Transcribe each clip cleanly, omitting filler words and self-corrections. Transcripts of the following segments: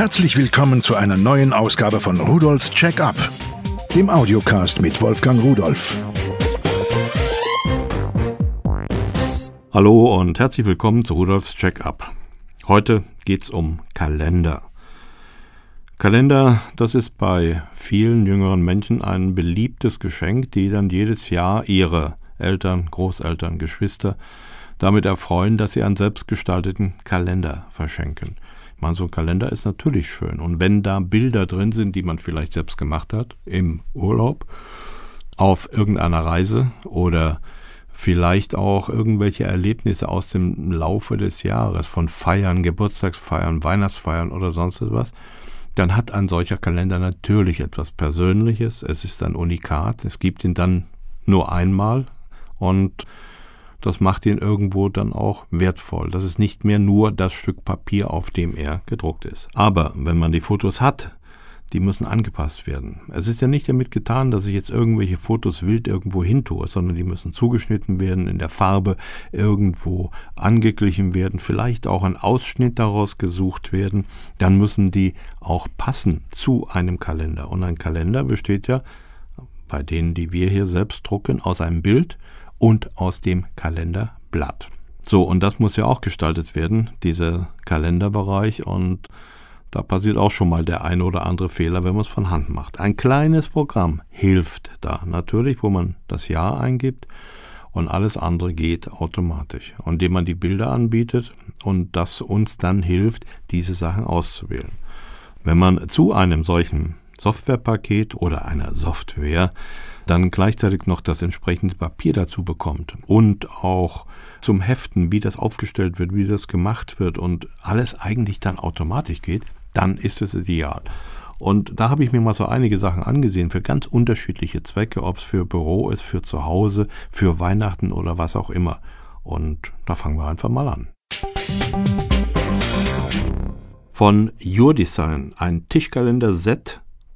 Herzlich willkommen zu einer neuen Ausgabe von Rudolfs Check-up, dem Audiocast mit Wolfgang Rudolf. Hallo und herzlich willkommen zu Rudolfs Check-up. Heute geht's um Kalender. Kalender, das ist bei vielen jüngeren Menschen ein beliebtes Geschenk, die dann jedes Jahr ihre Eltern, Großeltern, Geschwister damit erfreuen, dass sie einen selbstgestalteten Kalender verschenken. Ich meine, so ein Kalender ist natürlich schön. Und wenn da Bilder drin sind, die man vielleicht selbst gemacht hat, im Urlaub, auf irgendeiner Reise oder vielleicht auch irgendwelche Erlebnisse aus dem Laufe des Jahres, von Feiern, Geburtstagsfeiern, Weihnachtsfeiern oder sonst etwas, dann hat ein solcher Kalender natürlich etwas Persönliches. Es ist ein Unikat. Es gibt ihn dann nur einmal und das macht ihn irgendwo dann auch wertvoll. Das ist nicht mehr nur das Stück Papier, auf dem er gedruckt ist. Aber wenn man die Fotos hat, die müssen angepasst werden. Es ist ja nicht damit getan, dass ich jetzt irgendwelche Fotos wild irgendwo hin tue, sondern die müssen zugeschnitten werden, in der Farbe irgendwo angeglichen werden, vielleicht auch ein Ausschnitt daraus gesucht werden. Dann müssen die auch passen zu einem Kalender. Und ein Kalender besteht ja, bei denen, die wir hier selbst drucken, aus einem Bild und aus dem Kalenderblatt. So, und das muss ja auch gestaltet werden, dieser Kalenderbereich, und da passiert auch schon mal der eine oder andere Fehler, wenn man es von Hand macht. Ein kleines Programm hilft da natürlich, wo man das Jahr eingibt und alles andere geht automatisch, indem man die Bilder anbietet und das uns dann hilft, diese Sachen auszuwählen. Wenn man zu einem solchen Softwarepaket oder einer Software dann gleichzeitig noch das entsprechende Papier dazu bekommt und auch zum Heften, wie das aufgestellt wird, wie das gemacht wird und alles eigentlich dann automatisch geht, dann ist es ideal. Und da habe ich mir mal so einige Sachen angesehen für ganz unterschiedliche Zwecke, ob es für Büro ist, für zu Hause, für Weihnachten oder was auch immer. Und da fangen wir einfach mal an. Von Your Design, ein Tischkalender-Set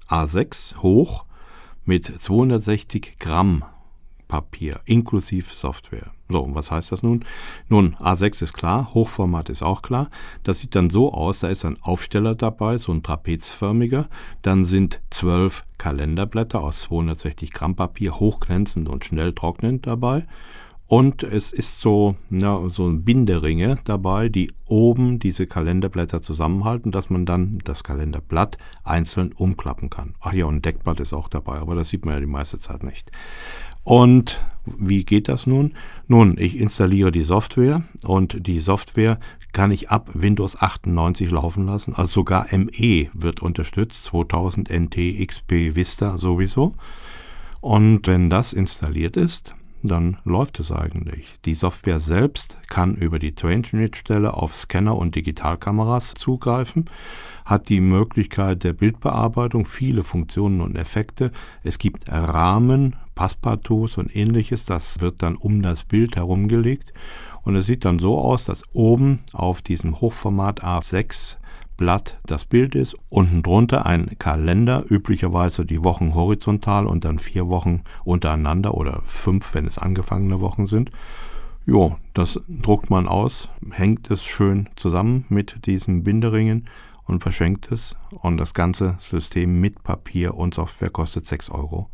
A6 hoch mit 260 Gramm Papier, inklusive Software. So, und was heißt das nun? Nun, A6 ist klar, Hochformat ist auch klar. Das sieht dann so aus, da ist ein Aufsteller dabei, so ein trapezförmiger. Dann sind 12 Kalenderblätter aus 260 Gramm Papier, hochglänzend und schnell trocknend dabei. Und es ist so Binderinge dabei, die oben diese Kalenderblätter zusammenhalten, dass man dann das Kalenderblatt einzeln umklappen kann. Ach ja, und ein Deckblatt ist auch dabei, aber das sieht man ja die meiste Zeit nicht. Und wie geht das nun? Nun, ich installiere die Software und die Software kann ich ab Windows 98 laufen lassen. Also sogar ME wird unterstützt, 2000 NT, XP, Vista sowieso. Und wenn das installiert ist, dann läuft es eigentlich. Die Software selbst kann über die Train-Schnittstelle auf Scanner und Digitalkameras zugreifen, hat die Möglichkeit der Bildbearbeitung, viele Funktionen und Effekte. Es gibt Rahmen, Passepartouts und ähnliches, das wird dann um das Bild herumgelegt und es sieht dann so aus, dass oben auf diesem Hochformat A6 Blatt das Bild ist, unten drunter ein Kalender, üblicherweise die Wochen horizontal und dann 4 Wochen untereinander oder 5, wenn es angefangene Wochen sind. Jo, das druckt man aus, hängt es schön zusammen mit diesen Binderingen und verschenkt es, und das ganze System mit Papier und Software kostet 6,90 Euro.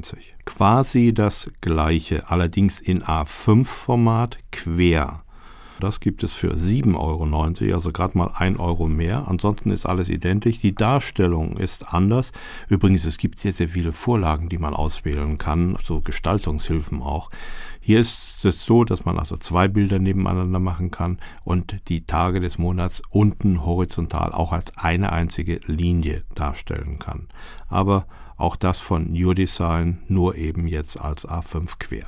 Quasi das gleiche, allerdings in A5-Format quer. Das gibt es für 7,90 Euro, also gerade mal 1 Euro mehr. Ansonsten ist alles identisch. Die Darstellung ist anders. Übrigens, es gibt sehr, sehr viele Vorlagen, die man auswählen kann, so Gestaltungshilfen auch. Hier ist es so, dass man also 2 Bilder nebeneinander machen kann und die Tage des Monats unten horizontal auch als eine einzige Linie darstellen kann. Aber auch das von Your Design, nur eben jetzt als A5 quer.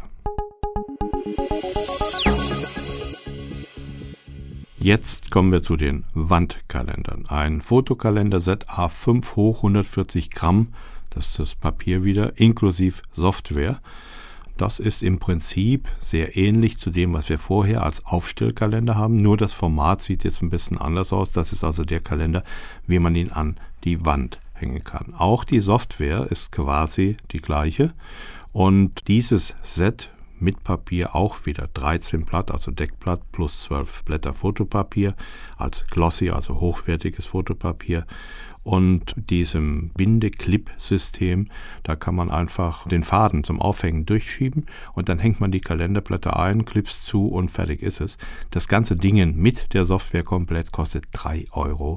Jetzt kommen wir zu den Wandkalendern. Ein Fotokalender-Set A5 hoch, 140 Gramm, das ist das Papier wieder, inklusive Software. Das ist im Prinzip sehr ähnlich zu dem, was wir vorher als Aufstellkalender haben, nur das Format sieht jetzt ein bisschen anders aus. Das ist also der Kalender, wie man ihn an die Wand hängen kann. Auch die Software ist quasi die gleiche und dieses Set mit Papier, auch wieder 13 Blatt, also Deckblatt plus 12 Blätter Fotopapier als Glossy, also hochwertiges Fotopapier. Und diesem Binde-Clip-System, da kann man einfach den Faden zum Aufhängen durchschieben und dann hängt man die Kalenderblätter ein, Clips zu und fertig ist es. Das ganze Ding mit der Software komplett kostet 3,60 €.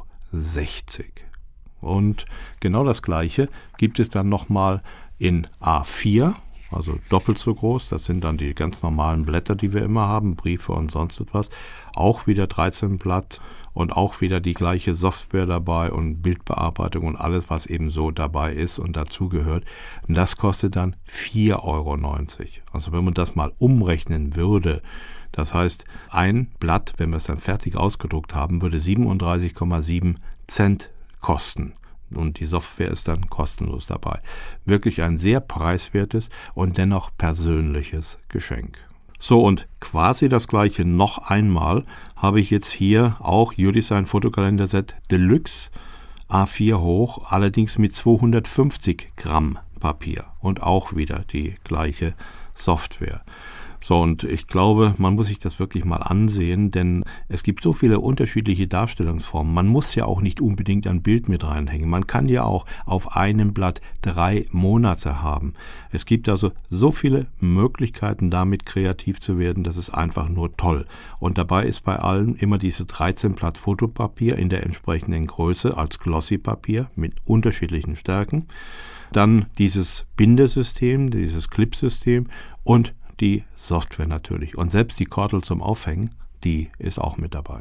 Und genau das Gleiche gibt es dann nochmal in A4, also doppelt so groß. Das sind dann die ganz normalen Blätter, die wir immer haben, Briefe und sonst etwas. Auch wieder 13 Blatt und auch wieder die gleiche Software dabei und Bildbearbeitung und alles, was eben so dabei ist und dazugehört. Das kostet dann 4,90 €. Also wenn man das mal umrechnen würde, das heißt, ein Blatt, wenn wir es dann fertig ausgedruckt haben, würde 37,7 Cent kosten. Und die Software ist dann kostenlos dabei. Wirklich ein sehr preiswertes und dennoch persönliches Geschenk. So, und quasi das gleiche noch einmal habe ich jetzt hier auch Udesign Fotokalenderset Deluxe A4 hoch, allerdings mit 250 Gramm Papier und auch wieder die gleiche Software. So, und ich glaube, man muss sich das wirklich mal ansehen, denn es gibt so viele unterschiedliche Darstellungsformen. Man muss ja auch nicht unbedingt ein Bild mit reinhängen. Man kann ja auch auf einem Blatt 3 Monate haben. Es gibt also so viele Möglichkeiten, damit kreativ zu werden, das ist einfach nur toll. Und dabei ist bei allen immer diese 13 Blatt Fotopapier in der entsprechenden Größe als Glossy-Papier mit unterschiedlichen Stärken. Dann dieses Bindesystem, dieses Clipsystem und die Software natürlich. Und selbst die Kordel zum Aufhängen, die ist auch mit dabei.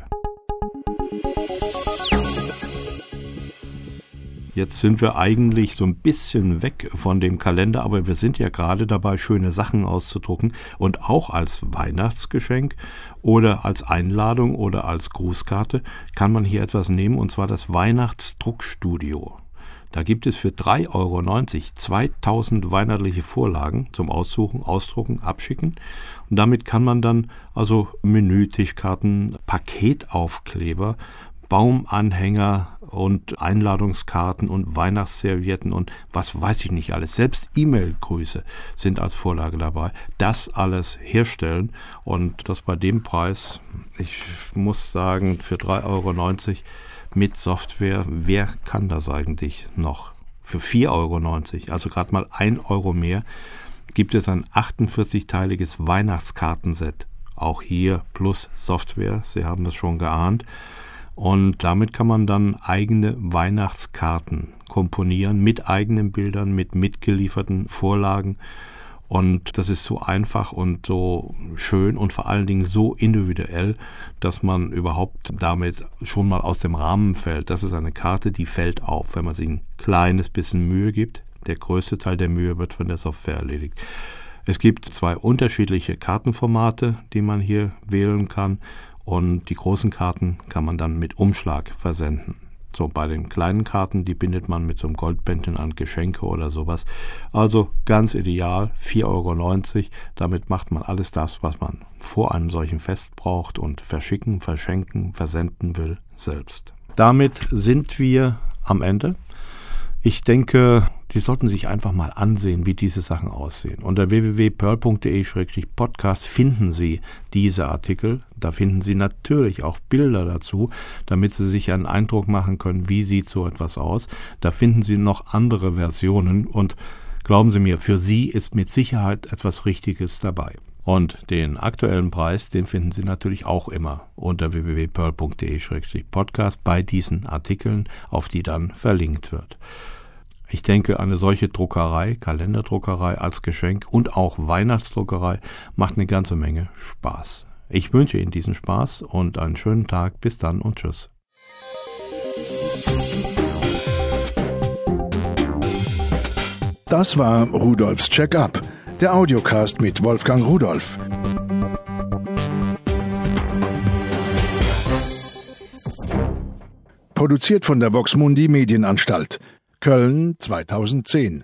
Jetzt sind wir eigentlich so ein bisschen weg von dem Kalender, aber wir sind ja gerade dabei, schöne Sachen auszudrucken und auch als Weihnachtsgeschenk oder als Einladung oder als Grußkarte kann man hier etwas nehmen, und zwar das Weihnachtsdruckstudio. Da gibt es für 3,90 € 2000 weihnachtliche Vorlagen zum Aussuchen, Ausdrucken, Abschicken. Und damit kann man dann also Menütischkarten, Paketaufkleber, Baumanhänger und Einladungskarten und Weihnachtsservietten und was weiß ich nicht alles. Selbst E-Mail-Grüße sind als Vorlage dabei. Das alles herstellen und das bei dem Preis, ich muss sagen, für 3,90 € mit Software, wer kann das eigentlich noch? Für 4,90 €, also gerade mal 1 € mehr, gibt es ein 48-teiliges Weihnachtskartenset. Auch hier plus Software, Sie haben das schon geahnt. Und damit kann man dann eigene Weihnachtskarten komponieren mit eigenen Bildern, mit mitgelieferten Vorlagen. Und das ist so einfach und so schön und vor allen Dingen so individuell, dass man überhaupt damit schon mal aus dem Rahmen fällt. Das ist eine Karte, die fällt auf, wenn man sich ein kleines bisschen Mühe gibt. Der größte Teil der Mühe wird von der Software erledigt. Es gibt 2 unterschiedliche Kartenformate, die man hier wählen kann. Und die großen Karten kann man dann mit Umschlag versenden. So, bei den kleinen Karten, die bindet man mit so einem Goldbändchen an Geschenke oder sowas. Also ganz ideal, 4,90 €. Damit macht man alles das, was man vor einem solchen Fest braucht und verschicken, verschenken, versenden will, selbst. Damit sind wir am Ende. Ich denke, Sie sollten sich einfach mal ansehen, wie diese Sachen aussehen. Unter www.pearl.de/podcast finden Sie diese Artikel. Da finden Sie natürlich auch Bilder dazu, damit Sie sich einen Eindruck machen können, wie sieht so etwas aus. Da finden Sie noch andere Versionen und glauben Sie mir, für Sie ist mit Sicherheit etwas Richtiges dabei. Und den aktuellen Preis, den finden Sie natürlich auch immer unter www.pearl.de/podcast bei diesen Artikeln, auf die dann verlinkt wird. Ich denke, eine solche Druckerei, Kalenderdruckerei als Geschenk und auch Weihnachtsdruckerei macht eine ganze Menge Spaß. Ich wünsche Ihnen diesen Spaß und einen schönen Tag. Bis dann und tschüss. Das war Rudolfs Check-up, der Audiocast mit Wolfgang Rudolf. Produziert von der Vox Mundi Medienanstalt. Köln 2010.